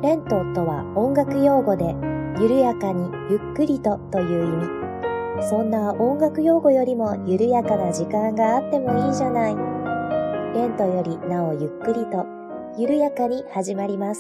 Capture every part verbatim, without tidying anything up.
レントとは音楽用語で、緩やかにゆっくりとという意味。そんな音楽用語よりも緩やかな時間があってもいいじゃない。レントよりなおゆっくりと、緩やかに始まります。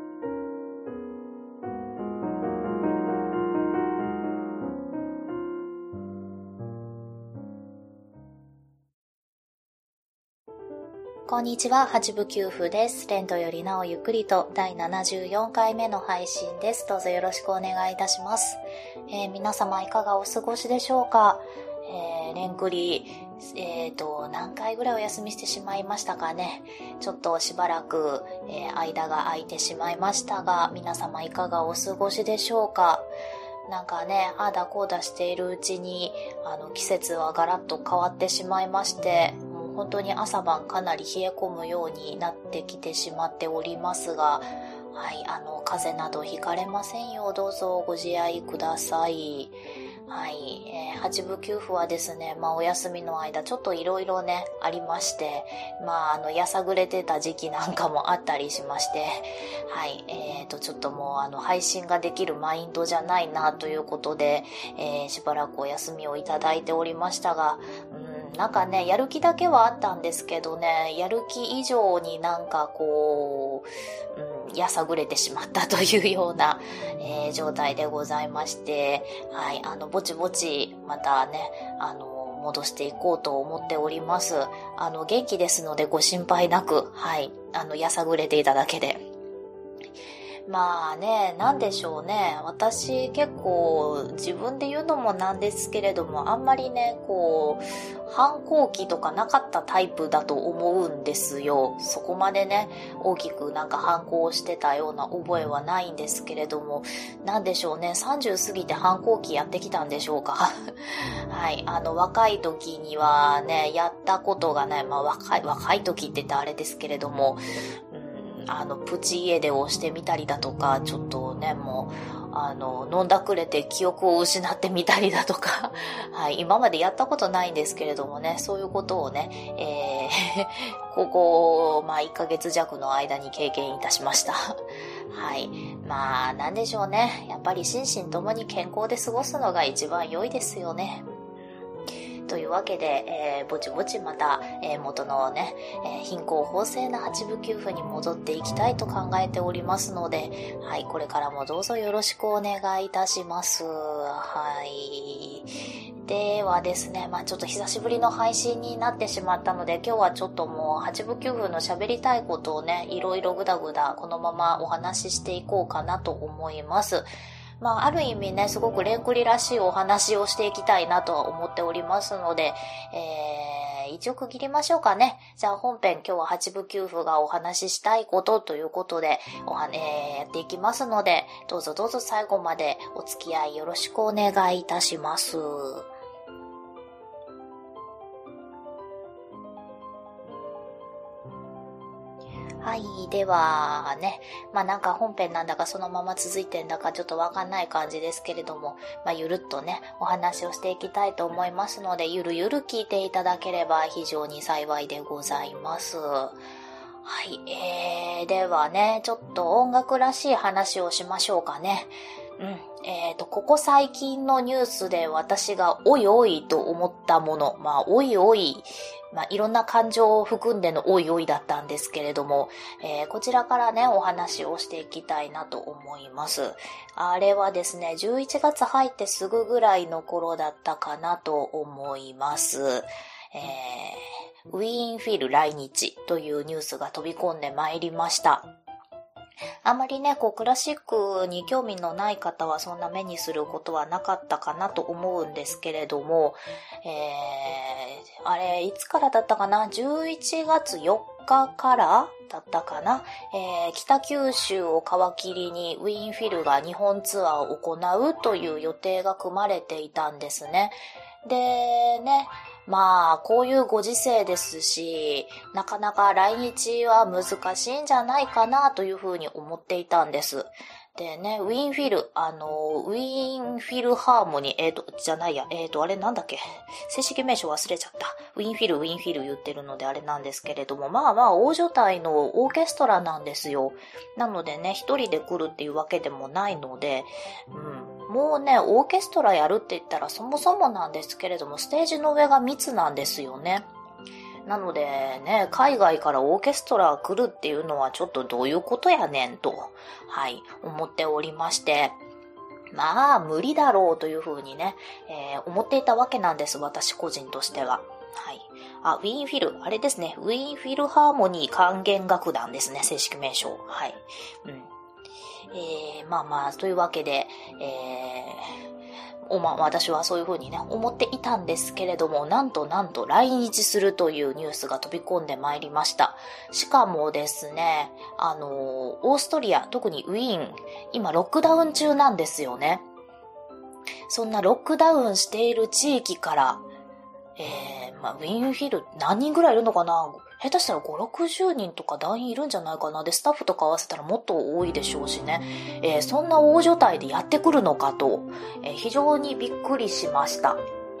こんにちは、八部九夫です。レントよりなおゆっくりとだいななじゅうよんかいめの配信です。どうぞよろしくお願いいたします。えー、皆様いかがお過ごしでしょうか。えー、レンクリ、えーと、何回ぐらいお休みしてしまいましたかね。ちょっとしばらく、えー、間が空いてしまいましたが、皆様いかがお過ごしでしょうか。なんかね、ああだこうだしているうちに、あの、季節はガラッと変わってしまいまして、本当に朝晩かなり冷え込むようになってきてしまっておりますが、はい、あの、風邪などひかれませんようどうぞご自愛ください。はい、えー、八部九夫はですね、まあお休みの間ちょっといろいろね、ありまして、まああの、やさぐれてた時期なんかもあったりしまして、はい、えーと、ちょっともうあの、配信ができるマインドじゃないなということで、えー、しばらくお休みをいただいておりましたが、うんなんかね、やる気だけはあったんですけどね、やる気以上になんかこう、うん、やさぐれてしまったというような、えー、状態でございまして、はい、あの、ぼちぼち、またね、あの、戻していこうと思っております。あの、元気ですのでご心配なく、はい、あの、やさぐれていただけで。まあね、なんでしょうね。私結構自分で言うのもなんですけれども、あんまりね、こう、反抗期とかなかったタイプだと思うんですよ。そこまでね、大きくなんか反抗してたような覚えはないんですけれども、なんでしょうね。さんじゅう過ぎて反抗期やってきたんでしょうか。はい。あの、若い時にはね、やったことがない。まあ若い、若い時って言ったらあれですけれども、あの、プチ家出をしてみたりだとか、ちょっとね、もう、あの、飲んだくれて記憶を失ってみたりだとか、はい、今までやったことないんですけれどもね、そういうことをね、えー、ここ、まあ、いっかげつ弱の間に経験いたしました。はい。まあ、なんでしょうね。やっぱり心身ともに健康で過ごすのが一番良いですよね。というわけで、えー、ぼちぼちまた、えー、元のね、えー、貧困法制な八部九夫に戻っていきたいと考えておりますので、はい、これからもどうぞよろしくお願いいたします。はい。ではですね、まあちょっと久しぶりの配信になってしまったので、今日はちょっともう八部九夫の喋りたいことをね、いろいろぐだぐだこのままお話ししていこうかなと思います。まあ、ある意味ね、すごくレンクリらしいお話をしていきたいなとは思っておりますので、えー、一応区切りましょうかね。じゃあ本編今日は八部九夫がお話ししたいことということで、おは、えー、やっていきますので、どうぞどうぞ最後までお付き合いよろしくお願いいたします。はい。ではね、まあなんか本編なんだかそのまま続いてんだかちょっとわかんない感じですけれども、まあゆるっとね、お話をしていきたいと思いますので、ゆるゆる聞いていただければ非常に幸いでございます。はい。えー、ではね、ちょっと音楽らしい話をしましょうかね。うん。えーと、ここ最近のニュースで私がおいおいと思ったもの、まあ、おいおい、まあ、いろんな感情を含んでのおいおいだったんですけれども、えー、こちらからね、お話をしていきたいなと思います。あれはですね、じゅういちがつ入ってすぐぐらいの頃だったかなと思います。えー、ウィーンフィル来日というニュースが飛び込んでまいりました。あまりね、こう、クラシックに興味のない方はそんな目にすることはなかったかなと思うんですけれども、えー、あれ、いつからだったかな ?じゅういちがつよっかからだったかな、えー、北九州を皮切りにウィーンフィルが日本ツアーを行うという予定が組まれていたんですね。で、ね、まあ、こういうご時世ですし、なかなか来日は難しいんじゃないかなというふうに思っていたんです。 でね、ウィンフィル、あの、ウィンフィルハーモニー、えーと、じゃないや、えーと、あれなんだっけ、正式名称忘れちゃった。ウィンフィル、ウィンフィル言ってるのであれなんですけれども、まあまあ、大所帯のオーケストラなんですよ。なのでね、一人で来るっていうわけでもないので、うん、もうね、オーケストラやるって言ったらそもそもなんですけれども、ステージの上が密なんですよね。なのでね、海外からオーケストラ来るっていうのはちょっとどういうことやねんと、はい、思っておりまして、まあ、無理だろうというふうにね、えー、思っていたわけなんです、私個人としては。はい。あ、ウィーンフィル、あれですね、ウィーンフィルハーモニー管弦楽団ですね、正式名称。はい。うん。えー、まあまあ、というわけで、えー、おま、私はそういうふうにね、思っていたんですけれども、なんとなんと来日するというニュースが飛び込んでまいりました。しかもですね、あの、オーストリア、特にウィーン、今ロックダウン中なんですよね。そんなロックダウンしている地域から、えー、まあ、ウィーンフィル何人ぐらいいるのかな？下手したらご、ろくじゅうにんとか団員いるんじゃないかな。で、スタッフとか合わせたらもっと多いでしょうしね。えー、そんな大所帯でやってくるのかと、えー、非常にびっくりしました。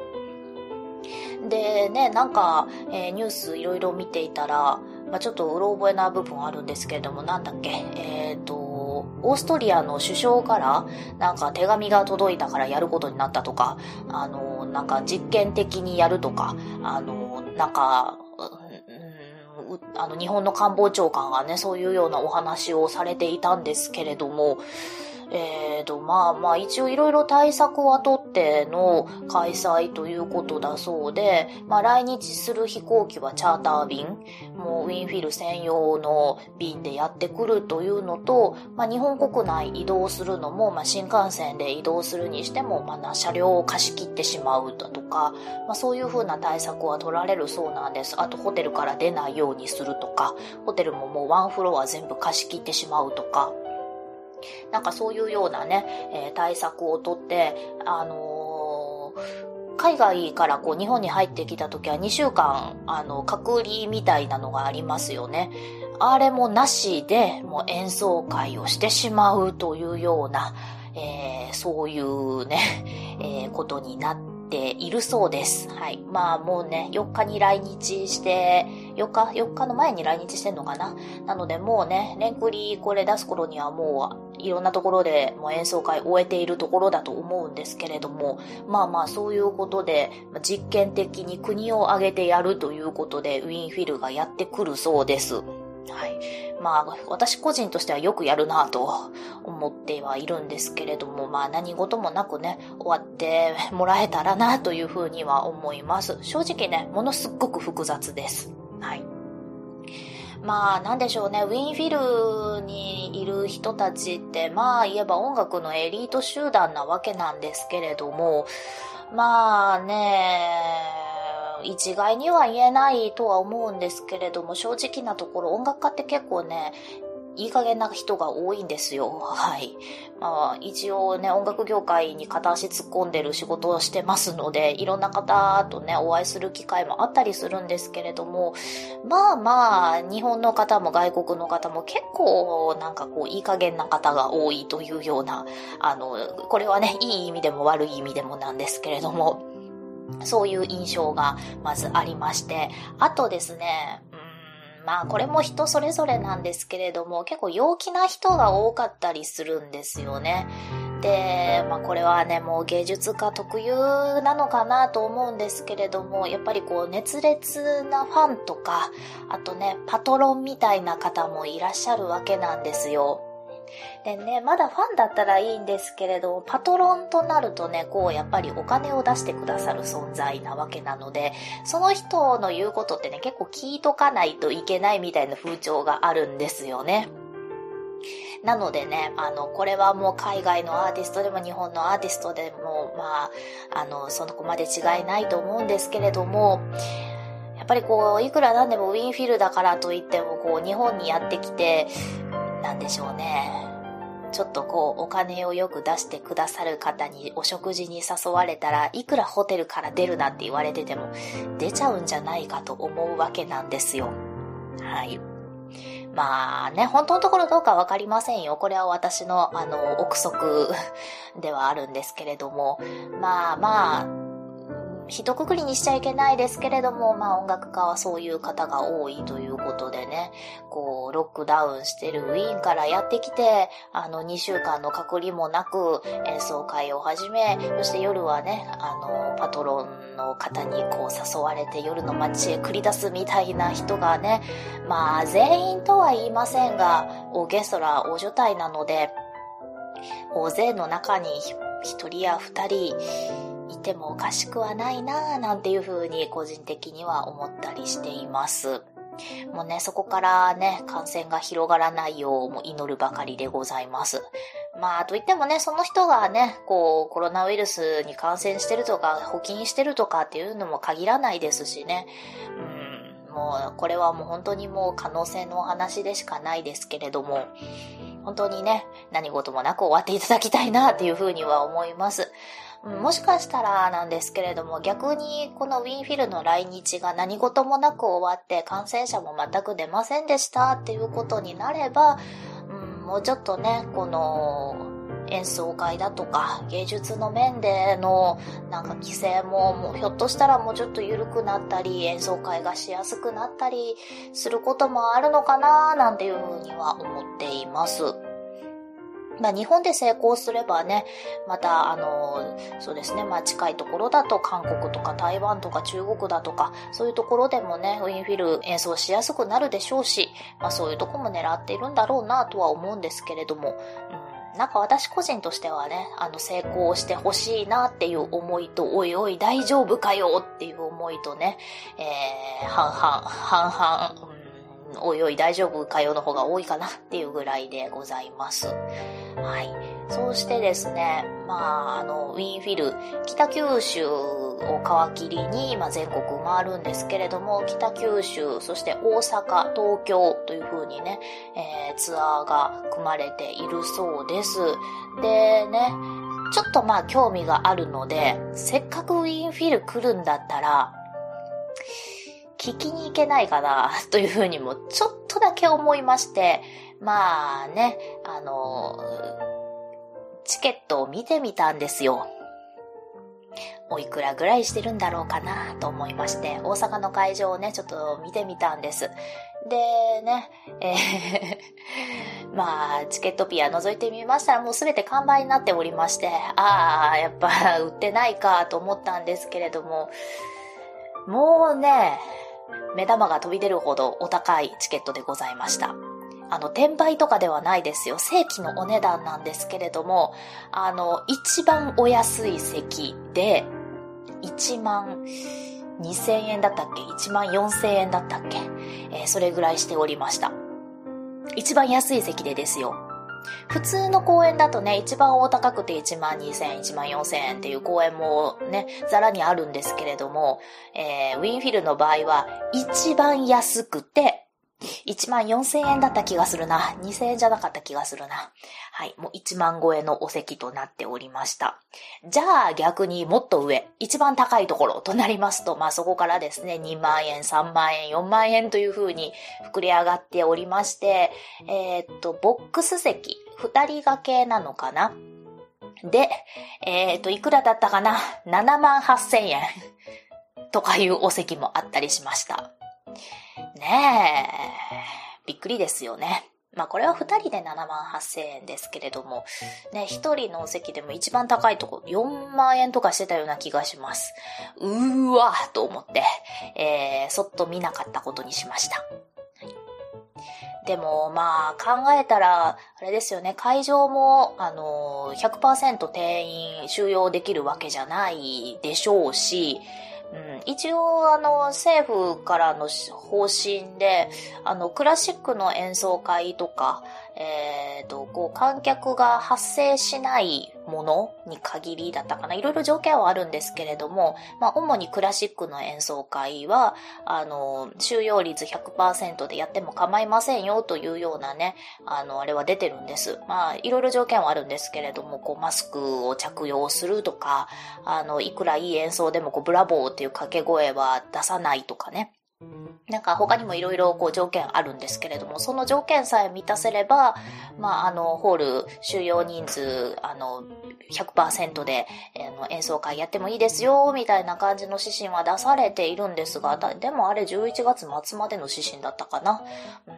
でね、なんか、えー、ニュースいろいろ見ていたら、まあ、ちょっとうろ覚えな部分あるんですけれども、なんだっけ、えっと、オーストリアの首相からなんか手紙が届いたからやることになったとか、あの、なんか実験的にやるとか、あの、なんか、あの日本の官房長官がね、そういうようなお話をされていたんですけれども、えーと、まあまあ一応いろいろ対策はとっての開催ということだそうで、まあ来日する飛行機はチャーター便、もうウィンフィル専用の便でやってくるというのと、まあ日本国内移動するのも、まあ新幹線で移動するにしても、まあ車両を貸し切ってしまうだとか、まあそういう風な対策は取られるそうなんです。あとホテルから出ないようにするとか、ホテルももうワンフロア全部貸し切ってしまうとか、なんかそういうようなね、えー、対策をとって、あのー、海外からこう日本に入ってきた時はにしゅうかん、あの、隔離みたいなのがありますよね。あれもなしで、もう演奏会をしてしまうというような、えー、そういうね、えー、ことになっているそうです。はい。まあもうね、よっかに来日して、よっか、よっかの前に来日してんのかな。なのでもうね、レンクリこれ出す頃にはもういろんなところでもう演奏会終えているところだと思うんですけれども、まあまあそういうことで、実験的に国を挙げてやるということで、ウィンフィルがやってくるそうです。はい。まあ、私個人としてはよくやるなと思ってはいるんですけれども、まあ何事もなくね、終わってもらえたらなというふうには思います。正直ね、ものすっごく複雑です。はい。まあなんでしょうね、ウィンフィルにいる人たちってまあ言えば音楽のエリート集団なわけなんですけれども、まあね、一概には言えないとは思うんですけれども、正直なところ音楽家って結構ね、いい加減な人が多いんですよ。はい。まあ、一応ね、音楽業界に片足突っ込んでる仕事をしてますので、いろんな方とね、お会いする機会もあったりするんですけれども、まあまあ、日本の方も外国の方も結構なんかこう、いい加減な方が多いというような、あの、これはね、いい意味でも悪い意味でもなんですけれども、そういう印象がまずありまして、あとですね、まあこれも人それぞれなんですけれども、結構陽気な人が多かったりするんですよね。で、まあこれはね、もう芸術家特有なのかなと思うんですけれども、やっぱりこう熱烈なファンとか、あとね、パトロンみたいな方もいらっしゃるわけなんですよ。でね、まだファンだったらいいんですけれど、パトロンとなるとね、こうやっぱりお金を出してくださる存在なわけなので、その人の言うことってね、結構聞いとかないといけないみたいな風潮があるんですよね。なのでね、あの、これはもう海外のアーティストでも日本のアーティストでも、まあ、あの、そのこまで違いないと思うんですけれども、やっぱりこう、いくらなんでもウィンフィルだからといっても、こう、日本にやってきて、なんでしょうね。ちょっとこうお金をよく出してくださる方にお食事に誘われたら、いくらホテルから出るなって言われてても出ちゃうんじゃないかと思うわけなんですよ。はい。 まあね、本当のところどうかわかりませんよ。これは私の、あの、憶測ではあるんですけれども。まあまあ、一括りにしちゃいけないですけれども、まあ音楽家はそういう方が多いということでね、こう、ロックダウンしてるウィーンからやってきて、あの、にしゅうかんの隔離もなく演奏会を始め、そして夜はね、あの、パトロンの方にこう誘われて夜の街へ繰り出すみたいな人がね、まあ全員とは言いませんが、オーケストラ大所帯なので、大勢の中に一人や二人、いてもおかしくはないなぁなんていう風に個人的には思ったりしています。もうね、そこからね、感染が広がらないようも祈るばかりでございます。まあ、といってもね、その人がね、こう、コロナウイルスに感染してるとか、補菌してるとかっていうのも限らないですしね。うん、もう、これはもう本当にもう可能性のお話でしかないですけれども、本当にね、何事もなく終わっていただきたいなっていう風には思います。もしかしたらなんですけれども、逆にこのウィーンフィルの来日が何事もなく終わって感染者も全く出ませんでしたっていうことになれば、うん、もうちょっとね、この演奏会だとか芸術の面でのなんか規制も、もうひょっとしたらもうちょっと緩くなったり、演奏会がしやすくなったりすることもあるのかななんていうふうには思っています。まあ日本で成功すればね、またあの、そうですね、まあ近いところだと韓国とか台湾とか中国だとか、そういうところでもね、ウィーンフィル演奏しやすくなるでしょうし、まあそういうとこも狙っているんだろうなとは思うんですけれども、うん、なんか私個人としてはね、あの成功してほしいなっていう思いと、おいおい大丈夫かよっていう思いとね、えー、半々、半々、うんおいおい大丈夫かよの方が多いかなっていうぐらいでございます。はい。そうしてですね、まあ、あの、ウィーンフィル、北九州を皮切りに、まあ、全国回るんですけれども、北九州、そして大阪、東京という風にね、えー、ツアーが組まれているそうです。でね、ちょっとまあ興味があるので、せっかくウィーンフィル来るんだったら、聞きに行けないかなというふうにもちょっとだけ思いまして、まあね、あの、チケットを見てみたんですよ。おいくらぐらいしてるんだろうかなと思いまして、大阪の会場をね、ちょっと見てみたんです。でね、えー、まあ、チケットピア覗いてみましたらもうすべて完売になっておりまして、ああ、やっぱ売ってないかと思ったんですけれども、もうね、目玉が飛び出るほどお高いチケットでございました。あの、転売とかではないですよ。正規のお値段なんですけれども、あの、一番お安い席で、いちまんにせんえんだったっけ ?いちまんよんせんえんだったっけ、えー、それぐらいしておりました。一番安い席でですよ。普通の公演だとね、一番お高くていちまんにせんえん、いちまんよんせんえんっていう公演もね、ざらにあるんですけれども、えー、ウィーンフィルの場合は一番安くて、いちまんよんせんえんだった気がするな。にせんえんじゃなかった気がするな。はい。もういちまん超えのお席となっておりました。じゃあ逆にもっと上、一番高いところとなりますと、まあそこからですね、にまんえん、さんまんえん、よんまんえんという風に膨れ上がっておりまして、えー、っと、ボックス席、二人掛けなのかなで、えー、っと、いくらだったかな ?ななまんはっせんえんとかいうお席もあったりしました。ねえ、びっくりですよね。まあこれは二人でななまんはっせんえんですけれども、ね、一人のお席でも一番高いところよんまんえんとかしてたような気がします。うーわーと思って、えー、そっと見なかったことにしました。でもまあ考えたら、あれですよね、会場もあの ひゃくパーセント 定員収容できるわけじゃないでしょうし、うん、一応あの政府からの方針であのクラシックの演奏会とか、えーと、こう観客が発生しないものに限りだったかな、いろいろ条件はあるんですけれども、まあ主にクラシックの演奏会はあの収容率 ひゃくパーセント でやっても構いませんよというようなね、あのあれは出てるんです。まあいろいろ条件はあるんですけれども、こうマスクを着用するとか、あのいくらいい演奏でもこうブラボーっていう掛け声は出さないとかね。 なんか他にもいろいろこう条件あるんですけれども、その条件さえ満たせれば、まあ、あの、ホール収容人数、あの、ひゃくパーセント で、あの、演奏会やってもいいですよ、みたいな感じの指針は出されているんですが、でもあれじゅういちがつ末までの指針だったかな。うん、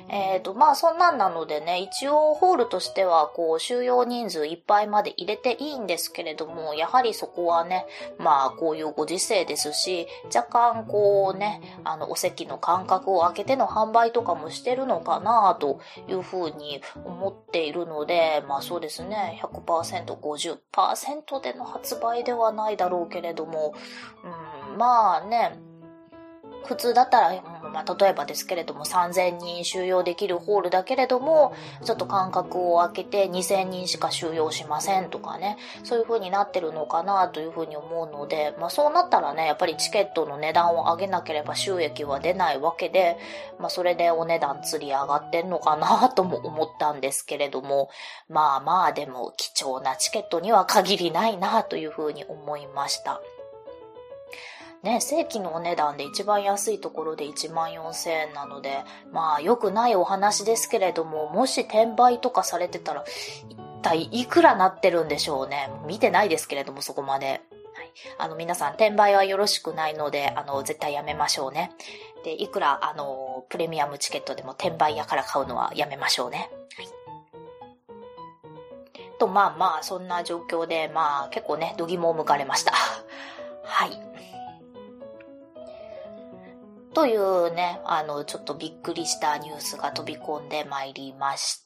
えっと、まあ、そんなんなのでね、一応ホールとしては、こう、収容人数いっぱいまで入れていいんですけれども、やはりそこはね、まあ、こういうご時世ですし、若干こうね、あの、お席の間隔を空けての販売とかもしてるのかなというふうに思っているので、まあそうですね、ひゃくパーセント、ごじゅっパーセント での発売ではないだろうけれども、うん、まあね、普通だったら、まあ、例えばですけれどもさんぜんにん収容できるホールだけれども、ちょっと間隔を空けてにせんにんしか収容しませんとかね、そういう風になってるのかなという風に思うので、まあそうなったらね、やっぱりチケットの値段を上げなければ収益は出ないわけで、まあそれでお値段釣り上がってんのかなとも思ったんですけれども、まあまあでも貴重なチケットには限りないなという風に思いました。ね、正規のお値段で一番安いところでいちまんよんせんえんなので、まあ良くないお話ですけれども、もし転売とかされてたら、一体いくらなってるんでしょうね。見てないですけれども、そこまで。はい、あの皆さん転売はよろしくないので、あの絶対やめましょうね。で、いくらあのプレミアムチケットでも転売屋から買うのはやめましょうね。はい。と、まあまあ、そんな状況で、まあ結構ね、度肝を向かれました。はい。というね、あの、ちょっとびっくりしたニュースが飛び込んでまいりました。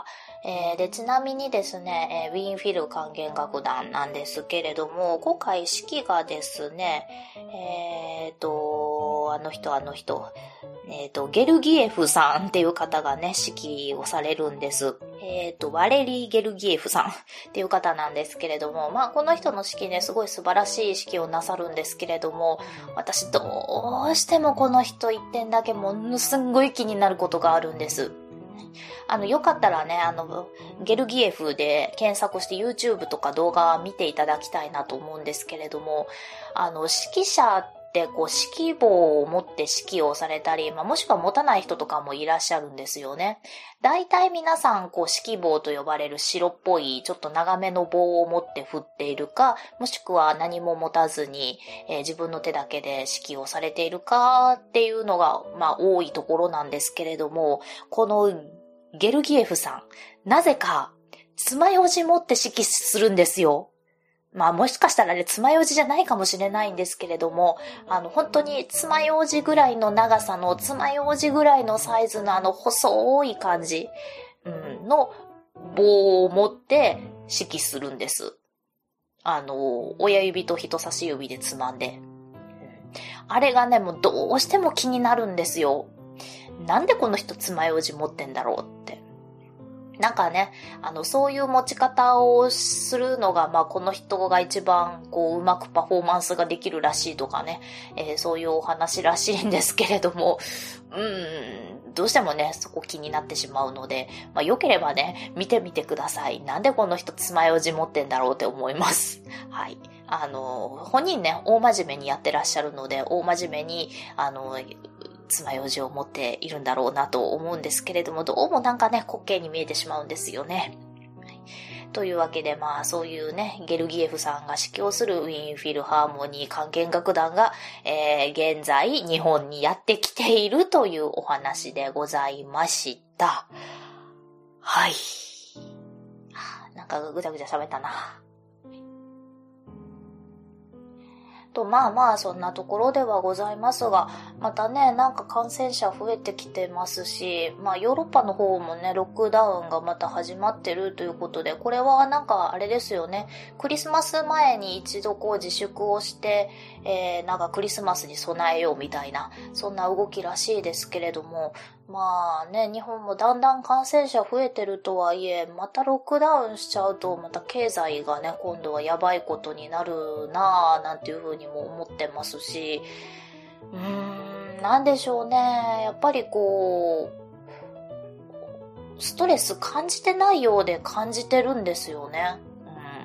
えー、で、ちなみにですね、えー、ウィーンフィル管弦楽団なんですけれども、今回指揮がですね、えーと、あの人あの人、えーと、ゲルギエフさんっていう方がね、指揮をされるんです。えーと、ワレリー・ゲルギエフさんっていう方なんですけれども、まあ、この人の指揮ね、すごい素晴らしい指揮をなさるんですけれども、私どうしてもこの人一点だけものすんごい気になることがあるんです。あの、よかったらね、あの、ゲルギエフで検索して YouTube とか動画見ていただきたいなと思うんですけれども、あの、指揮者ってこう指揮棒を持って指揮をされたり、まあ、もしくは持たない人とかもいらっしゃるんですよね。大体皆さんこう指揮棒と呼ばれる白っぽいちょっと長めの棒を持って振っているか、もしくは何も持たずに、えー、自分の手だけで指揮をされているかっていうのがまあ多いところなんですけれども、このゲルギエフさん、なぜか爪楊枝持って指揮するんですよ。まあもしかしたらね、爪楊枝じゃないかもしれないんですけれども、あの本当に爪楊枝ぐらいの長さの、爪楊枝ぐらいのサイズのあの細い感じ、うん、の棒を持って指揮するんです。あの、親指と人差し指でつまんで。うん、あれがね、もうどうしても気になるんですよ。なんでこの人爪楊枝持ってんだろうって。なんかね、あの、そういう持ち方をするのが、まあ、この人が一番、こう、うまくパフォーマンスができるらしいとかね、えー、そういうお話らしいんですけれども、うーん、どうしてもね、そこ気になってしまうので、まあ、良ければね、見てみてください。なんでこの人爪楊枝持ってんだろうって思います。はい。あの、本人ね、大真面目にやってらっしゃるので、大真面目に、あの、爪楊枝を持っているんだろうなと思うんですけれども、どうもなんかね、滑稽に見えてしまうんですよね。はい、というわけで、まあそういうね、ゲルギエフさんが指揮をするウィーンフィルハーモニー管弦楽団が、えー、現在日本にやってきているというお話でございました。はい。なんかぐちゃぐちゃ喋ったな。と、まあまあそんなところではございますが、またね、なんか感染者増えてきてますし、まあヨーロッパの方もね、ロックダウンがまた始まってるということで、これはなんかあれですよね、クリスマス前に一度こう自粛をして、えー、なんかクリスマスに備えようみたいな、そんな動きらしいですけれども、まあね、日本もだんだん感染者増えてるとはいえ、またロックダウンしちゃうと、また経済がね、今度はやばいことになるなぁ、なんていうふうにも思ってますし、うーん、なんでしょうね。やっぱりこう、ストレス感じてないようで感じてるんですよね。うん、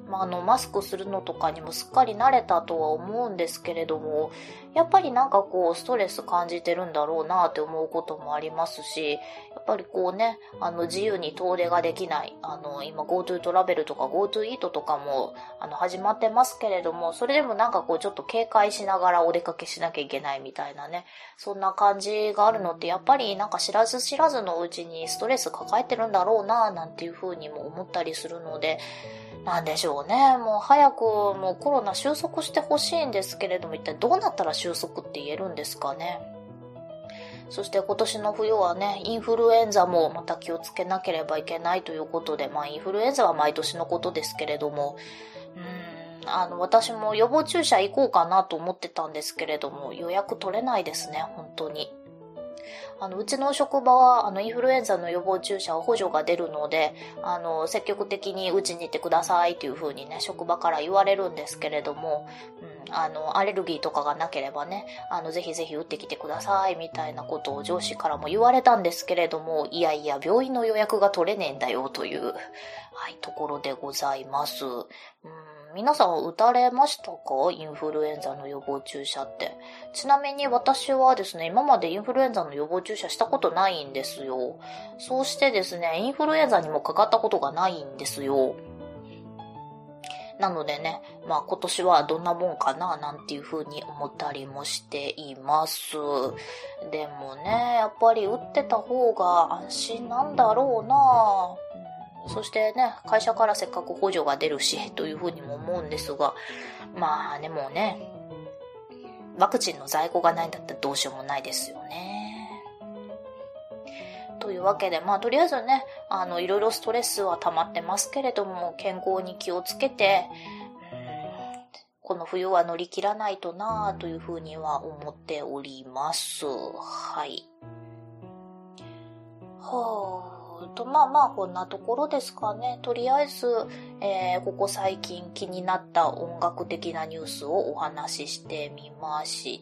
まあ、あの、マスクするのとかにもすっかり慣れたとは思うんですけれども、やっぱりなんかこう、ストレス感じてるんだろうなって思うこともありますし、やっぱりこうね、あの、自由に遠出ができない、あの、今 GoTo トラベルとか GoTo イートとかも、あの、始まってますけれども、それでもなんかこう、ちょっと警戒しながらお出かけしなきゃいけないみたいなね、そんな感じがあるのって、やっぱりなんか知らず知らずのうちにストレス抱えてるんだろうななんていうふうにも思ったりするので、なんでしょうね。もう早くもうコロナ収束してほしいんですけれども、一体どうなったら収束って言えるんですかね。そして今年の冬はね、インフルエンザもまた気をつけなければいけないということで、まあインフルエンザは毎年のことですけれども、うーん、あの、私も予防注射行こうかなと思ってたんですけれども、予約取れないですね、本当に。あの、うちの職場は、あの、インフルエンザの予防注射は補助が出るので、あの、積極的にうちに行ってくださいというふうにね、職場から言われるんですけれども、うん、あの、アレルギーとかがなければね、あの、ぜひぜひ打ってきてくださいみたいなことを上司からも言われたんですけれども、いやいや、病院の予約が取れねえんだよという、はい、ところでございます。うん皆さん打たれましたか？インフルエンザの予防注射って。ちなみに私はですね、今までインフルエンザの予防注射したことないんですよ。そうしてですね、インフルエンザにもかかったことがないんですよ。なのでね、まあ今年はどんなもんかななんていう風に思ったりもしています。でもね、やっぱり打ってた方が安心なんだろうなぁ。そしてね、会社からせっかく補助が出るし、というふうにも思うんですが、まあでもね、ワクチンの在庫がないんだったらどうしようもないですよね。というわけで、まあとりあえずね、あの、いろいろストレスは溜まってますけれども、健康に気をつけて、この冬は乗り切らないとなぁというふうには思っております。はい。はぁ。とまあまあこんなところですかね。とりあえず、えー、ここ最近気になった音楽的なニュースをお話ししてみました。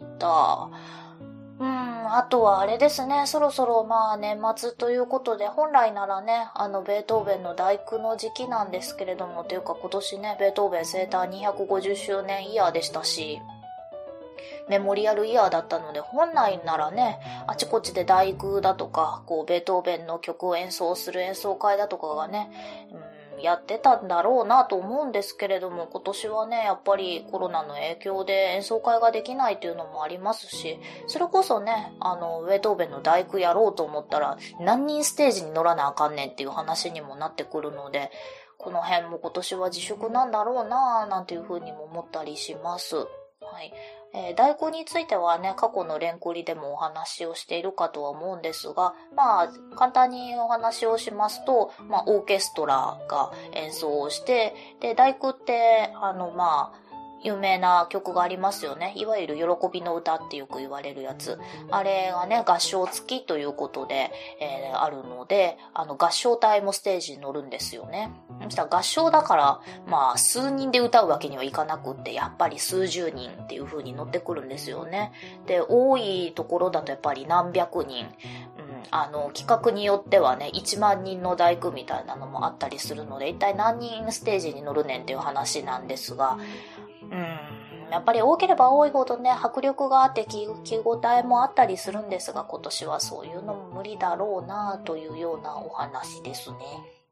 うん、あとはあれですね、そろそろまあ年末ということで、本来ならね、あのベートーベンの第九の時期なんですけれども、というか今年ね、ベートーベン生誕にひゃくごじゅっしゅうねんイヤーでしたし、メモリアルイヤーだったので、本来ならね、あちこちで第九だとか、こう、ベートーベンの曲を演奏する演奏会だとかがね、うん、やってたんだろうなと思うんですけれども、今年はね、やっぱりコロナの影響で演奏会ができないというのもありますし、それこそね、あの、ベートーベンの第九やろうと思ったら、何人ステージに乗らなあかんねんっていう話にもなってくるので、この辺も今年は自粛なんだろうなぁ、なんていうふうにも思ったりします。はい。えー、大根についてはね、過去の連繰りでもお話をしているかとは思うんですが、まあ、簡単にお話をしますと、まあ、オーケストラが演奏をして、で、大工って、あの、まあ、有名な曲がありますよね。いわゆる喜びの歌ってよく言われるやつ。あれがね、合唱付きということで、えー、あるので、あの、合唱隊もステージに乗るんですよね。そしたら合唱だから、まあ、数人で歌うわけにはいかなくって、やっぱり数十人っていう風に乗ってくるんですよね。で、多いところだとやっぱり何百人。あの、企画によってはね、いちまんにんの大工みたいなのもあったりするので、一体何人ステージに乗るねんっていう話なんですが、うん、やっぱり多ければ多いほどね、迫力があって聞き応えもあったりするんですが、今年はそういうのも無理だろうなというようなお話ですね。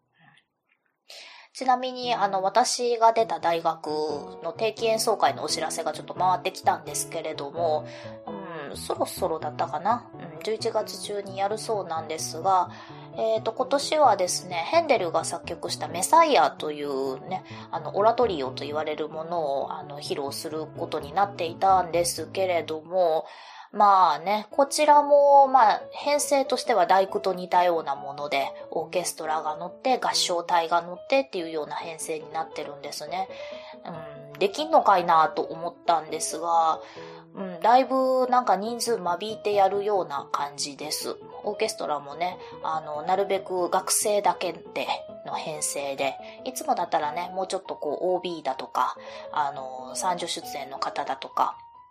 ちなみに、あの、私が出た大学の定期演奏会のお知らせがちょっと回ってきたんですけれども、うん、そろそろだったかな、うん、じゅういちがつ中にやるそうなんですが、えっと、今年はですね、ヘンデルが作曲したメサイアというね、あの、オラトリオと言われるものを、あの、披露することになっていたんですけれども、まあね、こちらも、まあ、編成としては大工と似たようなもので、オーケストラが乗って、合唱隊が乗ってっていうような編成になってるんですね。うん、できんのかいなと思ったんですが、うん、だいぶなんか人数間引いてやるような感じです。オーケストラもね、あの、なるべく学生だけでの編成で、いつもだったらね、もうちょっとこう オービー だとか、あの、参助出演の方だとか、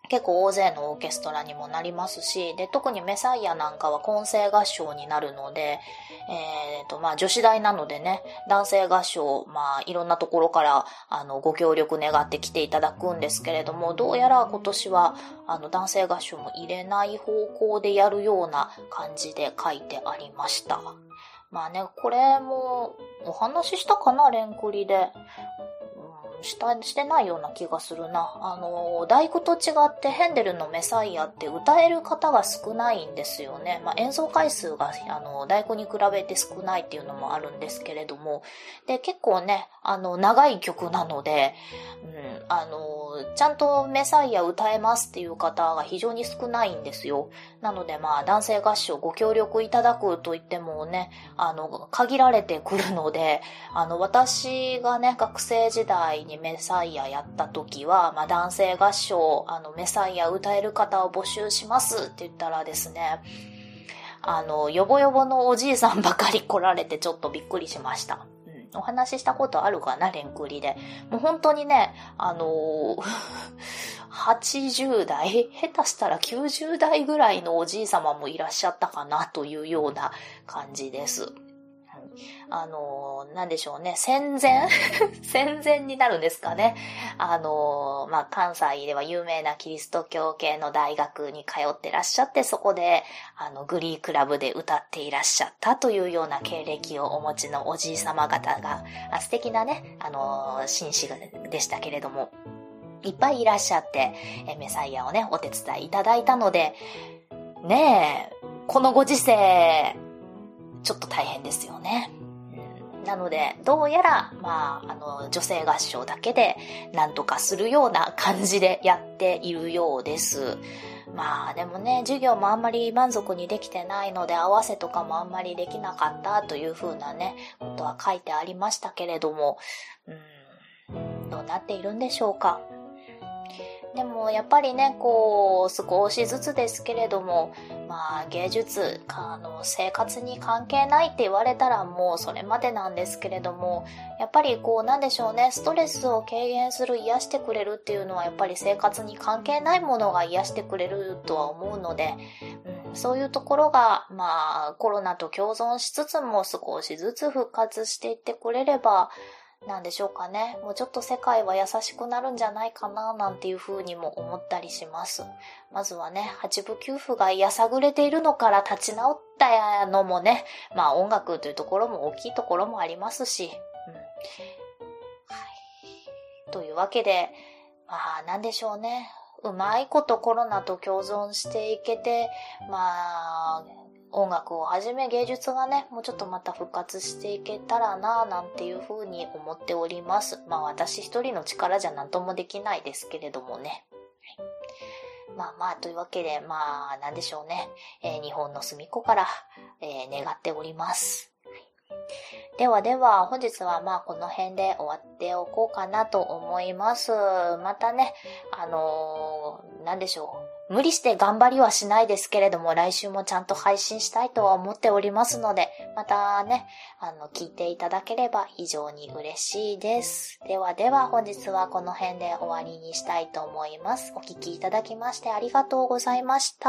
結構大勢のオーケストラにもなりますし、で、特にメサイアなんかは混声合唱になるので、えっと、まあ、女子大なのでね、男性合唱、まあ、いろんなところから、あの、ご協力願って来ていただくんですけれども、どうやら今年は、あの、男性合唱も入れない方向でやるような感じで書いてありました。まあね、これも、お話ししたかな、レンクリで。した、してないような気がするな。あの、第九と違ってヘンデルのメサイアって歌える方が少ないんですよね。まあ、演奏回数が、あの、第九に比べて少ないっていうのもあるんですけれども。で、結構ね、あの、長い曲なので、うん、あの、ちゃんとメサイア歌えますっていう方が非常に少ないんですよ。なので、まあ、男性合唱ご協力いただくと言ってもね、あの、限られてくるので、あの、私がね、学生時代にメサイアやった時は、まあ、男性合唱、あの、メサイア歌える方を募集しますって言ったらですね、あの、ヨボヨボのおじいさんばかり来られてちょっとびっくりしました。うん、お話ししたことあるかな、レンクリで。もう本当にね、あのー、はちじゅう代、下手したらきゅうじゅう代ぐらいのおじい様もいらっしゃったかなというような感じです。あの、なんでしょうね、戦前戦前になるんですかね。あの、まあ、関西では有名なキリスト教系の大学に通ってらっしゃって、そこで、あの、グリークラブで歌っていらっしゃったというような経歴をお持ちのおじい様方が、素敵なね、あの、紳士でしたけれども、いっぱいいらっしゃって、メサイアをね、お手伝いいただいたので、ねえ、このご時世、ちょっと大変ですよね。うん、なので、どうやら、まあ、あの、女性合唱だけでなんとかするような感じでやっているようです。まあ、でもね、授業もあんまり満足にできてないので、合わせとかもあんまりできなかったというふうなね、ことは書いてありましたけれども、うん、どうなっているんでしょうか。でもやっぱりね、こう少しずつですけれども、まあ芸術あの生活に関係ないって言われたらもうそれまでなんですけれども、やっぱりこうなんでしょうね、ストレスを軽減する、癒してくれるっていうのはやっぱり生活に関係ないものが癒してくれるとは思うので、うん、そういうところがまあコロナと共存しつつも少しずつ復活していってくれれば、なんでしょうかね。もうちょっと世界は優しくなるんじゃないかななんていうふうにも思ったりします。まずはね、八部九夫がやさぐれているのから立ち直ったのもね、まあ音楽というところも大きいところもありますし、うん、はい。というわけで、まあなんでしょうね。うまいことコロナと共存していけて、まあ、音楽をはじめ芸術がね、もうちょっとまた復活していけたらなぁなんていうふうに思っております。まあ私一人の力じゃ何ともできないですけれどもね。はい、まあまあというわけで、まあなんでしょうね。えー、日本の隅っこから、えー、願っております。ではでは本日はまあこの辺で終わっておこうかなと思います。またね、あのー、なんでしょう。無理して頑張りはしないですけれども、来週もちゃんと配信したいとは思っておりますので、またね、あの、聞いていただければ非常に嬉しいです。ではでは本日はこの辺で終わりにしたいと思います。お聞きいただきましてありがとうございました。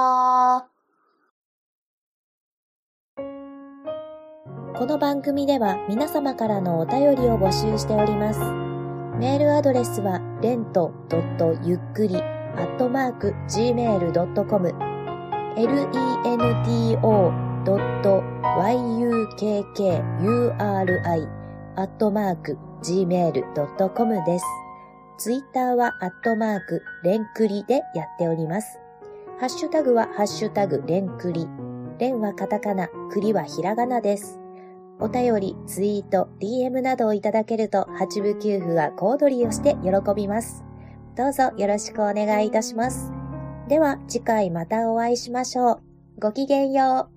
この番組では皆様からのお便りを募集しております。メールアドレスはレントドットゆっくりアットマーク ジーメールドットコム レント ドット ユックリ アットマーク ジーメールドットコム です。ツイッターはアットマークレンクリでやっております。ハッシュタグはハッシュタグレンクリ。レンはカタカナ、クリはひらがなです。お便り、ツイート、ディーエム などをいただけると八部九夫は小躍りをして喜びます。どうぞよろしくお願いいたします。では次回またお会いしましょう。ごきげんよう。